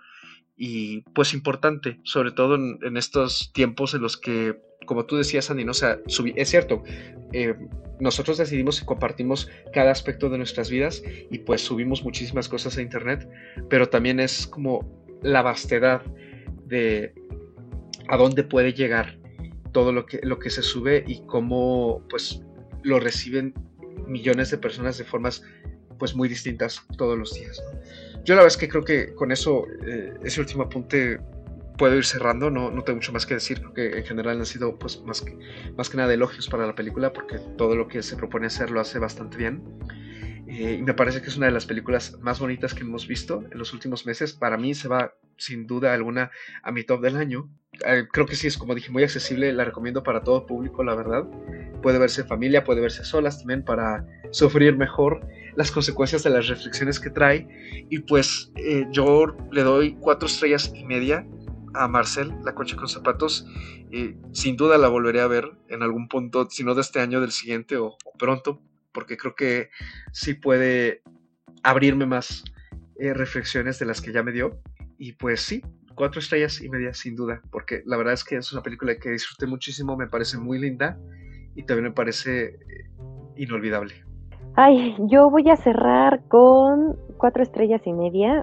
S1: y pues importante, sobre todo en estos tiempos en los que, como tú decías, Andy, ¿no? O sea, es cierto, nosotros decidimos y compartimos cada aspecto de nuestras vidas y pues subimos muchísimas cosas a internet, pero también es como la vastedad de a dónde puede llegar todo lo que se sube y cómo pues lo reciben millones de personas de formas pues muy distintas todos los días, ¿no? Yo la verdad es que creo que con eso, ese último apunte puedo ir cerrando, no tengo mucho más que decir, creo que en general han sido pues más que nada elogios para la película, porque todo lo que se propone hacer lo hace bastante bien. Y me parece que es una de las películas más bonitas que hemos visto en los últimos meses. Para mí se va sin duda alguna a mi top del año. Creo que sí es, como dije, muy accesible, la recomiendo para todo público, la verdad. Puede verse en familia, puede verse solas también para sufrir mejor las consecuencias de las reflexiones que trae. Y pues yo le doy 4.5 estrellas a Marcel, La Concha con Zapatos. Sin duda la volveré a ver en algún punto, si no de este año, del siguiente o pronto, porque creo que sí puede abrirme más reflexiones de las que ya me dio. Y pues sí, 4.5 estrellas sin duda, porque la verdad es que es una película que disfruté muchísimo, me parece muy linda y también me parece inolvidable.
S2: Ay, yo voy a cerrar con 4.5 estrellas.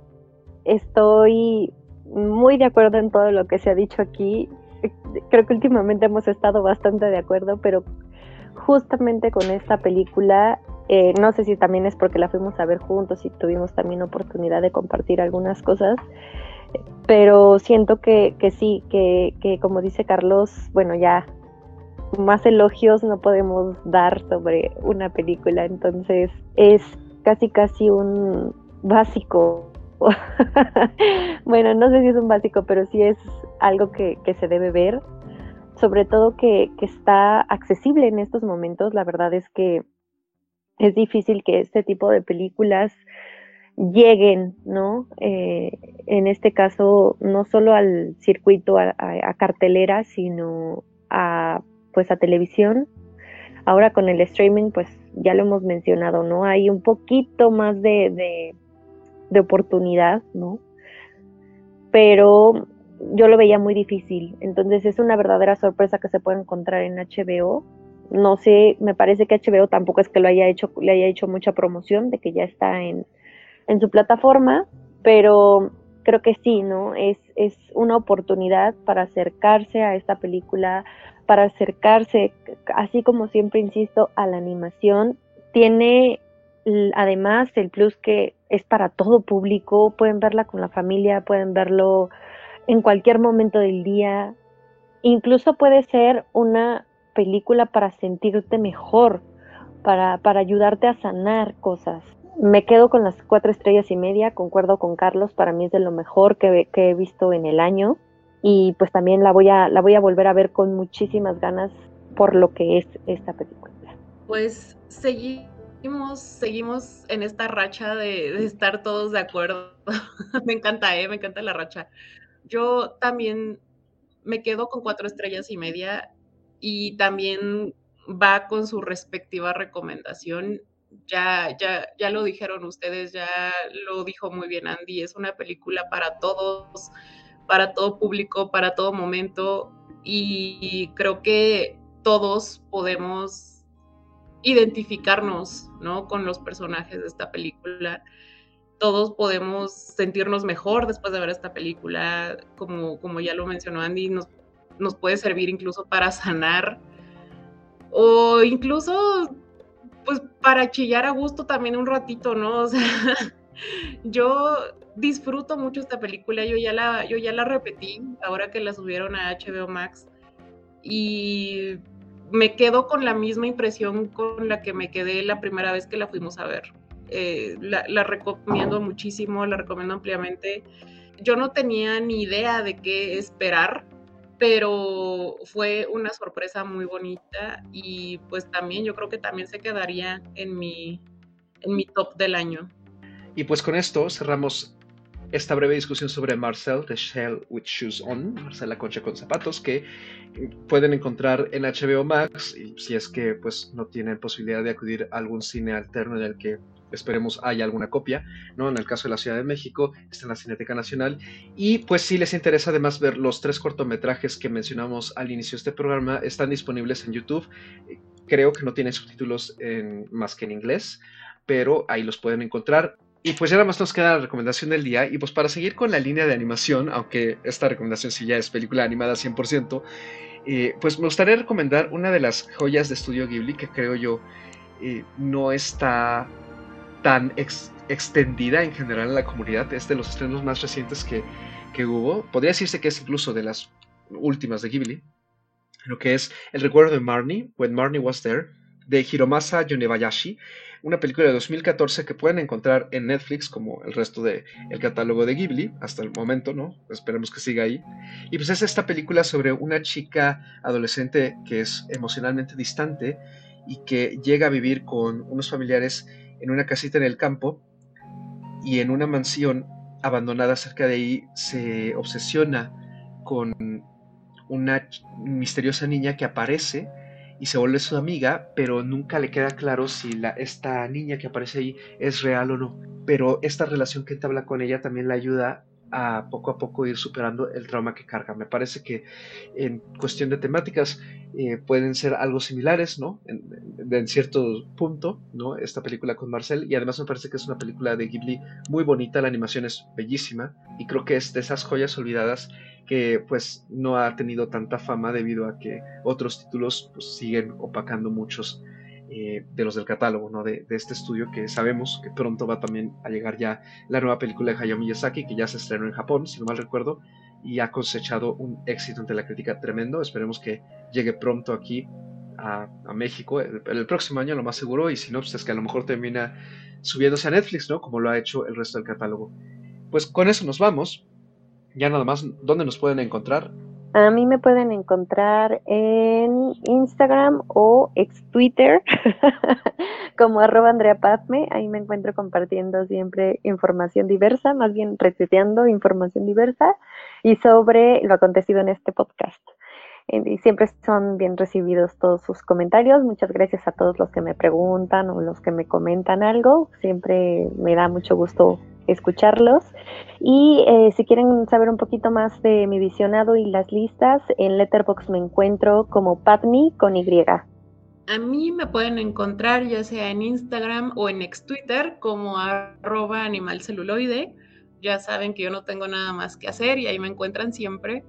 S2: Estoy muy de acuerdo en todo lo que se ha dicho aquí. Creo que últimamente hemos estado bastante de acuerdo, pero justamente con esta película, no sé si también es porque la fuimos a ver juntos y tuvimos también oportunidad de compartir algunas cosas, pero siento que sí, que como dice Carlos, bueno, ya más elogios no podemos dar sobre una película, entonces es casi un básico. Bueno, no sé si es un básico, pero sí es algo que se debe ver, sobre todo que está accesible en estos momentos. La verdad es que es difícil que este tipo de películas lleguen, ¿no? En este caso, no solo al circuito, a cartelera, sino pues a televisión. Ahora con el streaming, pues ya lo hemos mencionado, ¿no? Hay un poquito más de oportunidad, ¿no? Pero yo lo veía muy difícil. Entonces es una verdadera sorpresa que se puede encontrar en HBO. No sé, me parece que HBO tampoco es que le haya hecho mucha promoción de que ya está en su plataforma, pero creo que sí, ¿no? Es una oportunidad para acercarse a esta película, para acercarse, así como siempre insisto, a la animación. Tiene además el plus que es para todo público, pueden verla con la familia, pueden verlo en cualquier momento del día, incluso puede ser una película para sentirte mejor, para ayudarte a sanar cosas. Me quedo con las 4.5 estrellas, concuerdo con Carlos, para mí es de lo mejor que he visto en el año, y pues también la voy a volver a ver con muchísimas ganas por lo que es esta película.
S3: Pues seguimos en esta racha de estar todos de acuerdo. Me encanta la racha. Yo también me quedo con 4.5 estrellas y también va con su respectiva recomendación. Ya lo dijeron ustedes, ya lo dijo muy bien Andy, es una película para todos, para todo público, para todo momento, y creo que todos podemos identificarnos, ¿no?, con los personajes de esta película. Todos podemos sentirnos mejor después de ver esta película, como ya lo mencionó Andy, nos puede servir incluso para sanar, o incluso, pues, para chillar a gusto también un ratito, ¿no? O sea, yo disfruto mucho esta película, yo ya la repetí ahora que la subieron a HBO Max, y me quedo con la misma impresión con la que me quedé la primera vez que la fuimos a ver. La recomiendo muchísimo, la recomiendo ampliamente. Yo no tenía ni idea de qué esperar, pero fue una sorpresa muy bonita y pues también yo creo que también se quedaría en mi top del año.
S1: Y pues con esto cerramos esta breve discusión sobre Marcel, The Shell with Shoes On, Marcel La Concha con Zapatos, que pueden encontrar en HBO Max, y si es que pues no tienen posibilidad de acudir a algún cine alterno en el que esperemos haya alguna copia, ¿no? En el caso de la Ciudad de México, está en la Cineteca Nacional. Y pues si les interesa además ver los 3 cortometrajes que mencionamos al inicio de este programa, están disponibles en YouTube. creo que no tiene subtítulos más que en inglés, pero ahí los pueden encontrar. Y pues ya nada más nos queda la recomendación del día. Y pues para seguir con la línea de animación, aunque esta recomendación sí ya es película animada 100%, pues me gustaría recomendar una de las joyas de Estudio Ghibli que creo yo no está tan extendida en general en la comunidad. Es de los estrenos más recientes que hubo. Podría decirse que es incluso de las últimas de Ghibli. Lo que es El recuerdo de Marnie, When Marnie Was There, de Hiromasa Yonebayashi, una película de 2014 que pueden encontrar en Netflix como el resto del catálogo de Ghibli, hasta el momento, ¿no? Esperemos que siga ahí. Y pues es esta película sobre una chica adolescente que es emocionalmente distante y que llega a vivir con unos familiares en una casita en el campo, y en una mansión abandonada cerca de ahí se obsesiona con una misteriosa niña que aparece y se vuelve su amiga, pero nunca le queda claro si esta niña que aparece ahí es real o no. Pero esta relación que entabla con ella también la ayuda a poco ir superando el trauma que carga. Me parece que en cuestión de temáticas pueden ser algo similares, ¿no? En cierto punto, ¿no? Esta película con Marcel, y además me parece que es una película de Ghibli muy bonita, la animación es bellísima, y creo que es de esas joyas olvidadas que pues no ha tenido tanta fama debido a que otros títulos pues, siguen opacando muchos de los del catálogo, ¿no? De este estudio, que sabemos que pronto va también a llegar ya la nueva película de Hayao Miyazaki, que ya se estrenó en Japón, si no mal recuerdo, y ha cosechado un éxito ante la crítica tremendo. Esperemos que llegue pronto aquí a México el próximo año, lo más seguro, y si no, pues es que a lo mejor termina subiéndose a Netflix, ¿no? Como lo ha hecho el resto del catálogo. Pues con eso nos vamos. Ya nada más, ¿dónde nos pueden encontrar?
S2: A mí me pueden encontrar en Instagram o ex Twitter como @AndreaPazme. Ahí me encuentro compartiendo siempre información diversa, más bien retuiteando información diversa y sobre lo acontecido en este podcast. Y siempre son bien recibidos todos sus comentarios. Muchas gracias a todos los que me preguntan o los que me comentan algo. Siempre me da mucho gusto escucharlos. Y si quieren saber un poquito más de mi visionado y las listas, en Letterboxd me encuentro como Patmi con Y.
S3: A mí me pueden encontrar ya sea en Instagram o en ex Twitter como @animalceluloide. Ya saben que yo no tengo nada más que hacer y ahí me encuentran siempre.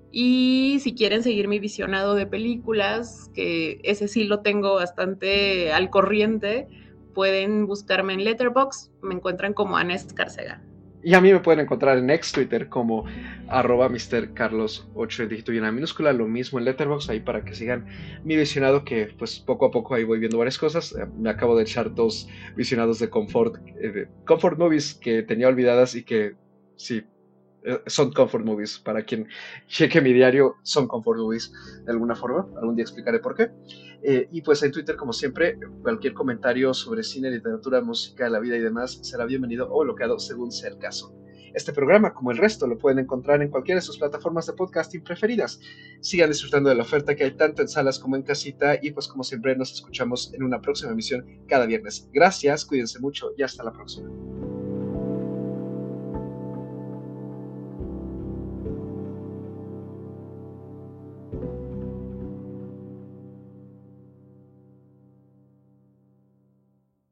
S3: Y si quieren seguir mi visionado de películas, que ese sí lo tengo bastante al corriente, pueden buscarme en Letterboxd, me encuentran como Ana Escárcega.
S1: Y a mí me pueden encontrar en ex Twitter como @MrCarlos8 en dígito y una minúscula, lo mismo en Letterboxd, ahí para que sigan mi visionado, que pues poco a poco ahí voy viendo varias cosas. Me acabo de echar 2 visionados de Comfort Movies que tenía olvidadas y que sí, son Comfort Movies. Para quien cheque mi diario, son Comfort Movies de alguna forma. Algún día explicaré por qué. Y pues en Twitter, como siempre, cualquier comentario sobre cine, literatura, música, la vida y demás será bienvenido o bloqueado según sea el caso. Este programa, como el resto, lo pueden encontrar en cualquiera de sus plataformas de podcasting preferidas. Sigan disfrutando de la oferta que hay tanto en salas como en casita, y pues como siempre nos escuchamos en una próxima emisión cada viernes. Gracias, cuídense mucho y hasta la próxima.